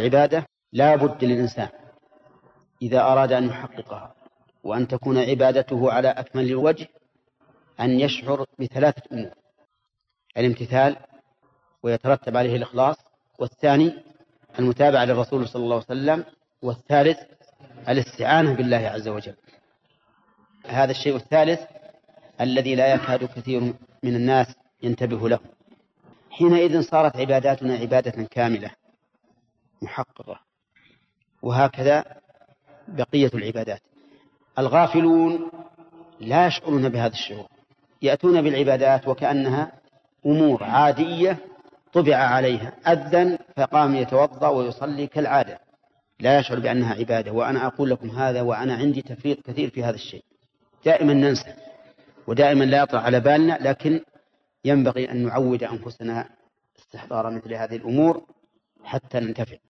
العبادة لا بد للإنسان إذا أراد أن يحققها وأن تكون عبادته على أكمل الوجه أن يشعر بثلاثة أمور: الامتثال ويترتب عليه الإخلاص، والثاني المتابعة للرسول صلى الله عليه وسلم، والثالث الاستعانة بالله عز وجل. هذا الشيء الثالث الذي لا يكاد كثير من الناس ينتبه له. حينئذ صارت عباداتنا عبادة كاملة محققة. وهكذا بقية العبادات. الغافلون لا يشعرون بهذا الشعور، يأتون بالعبادات وكأنها أمور عادية طبع عليها، أذن فقام يتوضأ ويصلي كالعادة، لا يشعر بأنها عبادة. وأنا أقول لكم هذا وأنا عندي تفريط كثير في هذا الشيء، دائما ننسى ودائما لا يطرأ على بالنا، لكن ينبغي أن نعود أنفسنا استحضار مثل هذه الأمور حتى ننتفع.